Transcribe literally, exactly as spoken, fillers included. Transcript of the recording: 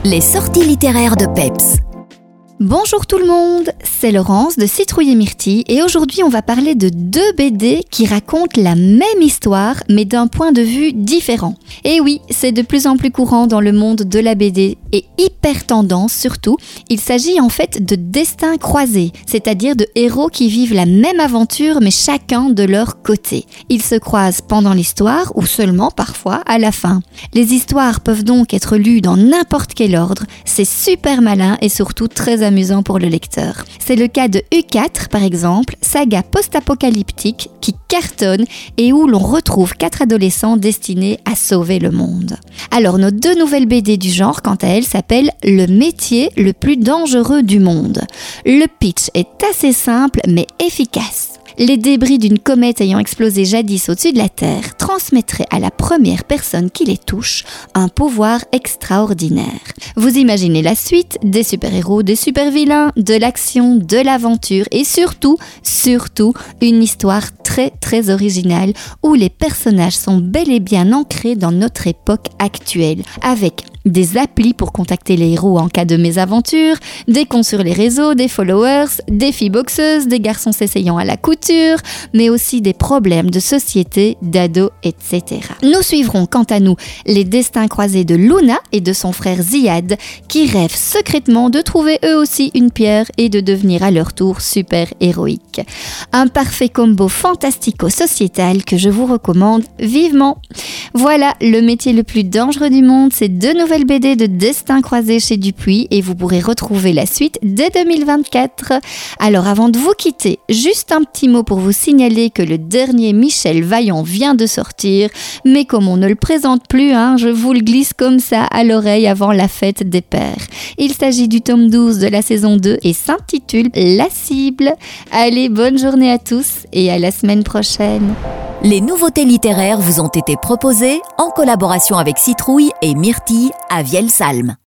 Les sorties littéraires de Peps. Bonjour tout le monde, c'est Laurence de Citrouille et Myrtille et aujourd'hui on va parler de deux B D qui racontent la même histoire mais d'un point de vue différent. Et oui, c'est de plus en plus courant dans le monde de la B D et hyper tendance surtout. Il s'agit en fait de destins croisés, c'est-à-dire de héros qui vivent la même aventure mais chacun de leur côté. Ils se croisent pendant l'histoire ou seulement parfois à la fin. Les histoires peuvent donc être lues dans n'importe quel ordre, c'est super malin et surtout très amusant. amusant pour le lecteur. C'est le cas de U quatre par exemple, saga post-apocalyptique qui cartonne et où l'on retrouve quatre adolescents destinés à sauver le monde. Alors nos deux nouvelles B D du genre, quant à elles, s'appellent Le métier le plus dangereux du monde. Le pitch est assez simple mais efficace. Les débris d'une comète ayant explosé jadis au-dessus de la Terre transmettraient à la première personne qui les touche un pouvoir extraordinaire. Vous imaginez la suite, des super-héros, des super-vilains, de l'action, de l'aventure et surtout, surtout, une histoire très très originale où les personnages sont bel et bien ancrés dans notre époque actuelle, avec des applis pour contacter les héros en cas de mésaventure, des comptes sur les réseaux, des followers, des filles boxeuses, des garçons s'essayant à la couture, mais aussi des problèmes de société, d'ados, et cetera. Nous suivrons quant à nous les destins croisés de Luna et de son frère Ziad, qui rêvent secrètement de trouver eux aussi une pierre et de devenir à leur tour super-héroïques. Un parfait combo fantastico-sociétal que je vous recommande vivement. Voilà, le métier le plus dangereux du monde, c'est de nouveau nouvelle B D de Destin croisé chez Dupuis et vous pourrez retrouver la suite dès deux mille vingt-quatre. Alors avant de vous quitter, juste un petit mot pour vous signaler que le dernier Michel Vaillant vient de sortir, mais comme on ne le présente plus, hein, je vous le glisse comme ça à l'oreille avant la fête des pères. Il s'agit du tome douze de la saison deux et s'intitule La cible. Allez, bonne journée à tous et à la semaine prochaine. Les nouveautés littéraires vous ont été proposées en collaboration avec Citrouille et Myrtille à Vielsalm.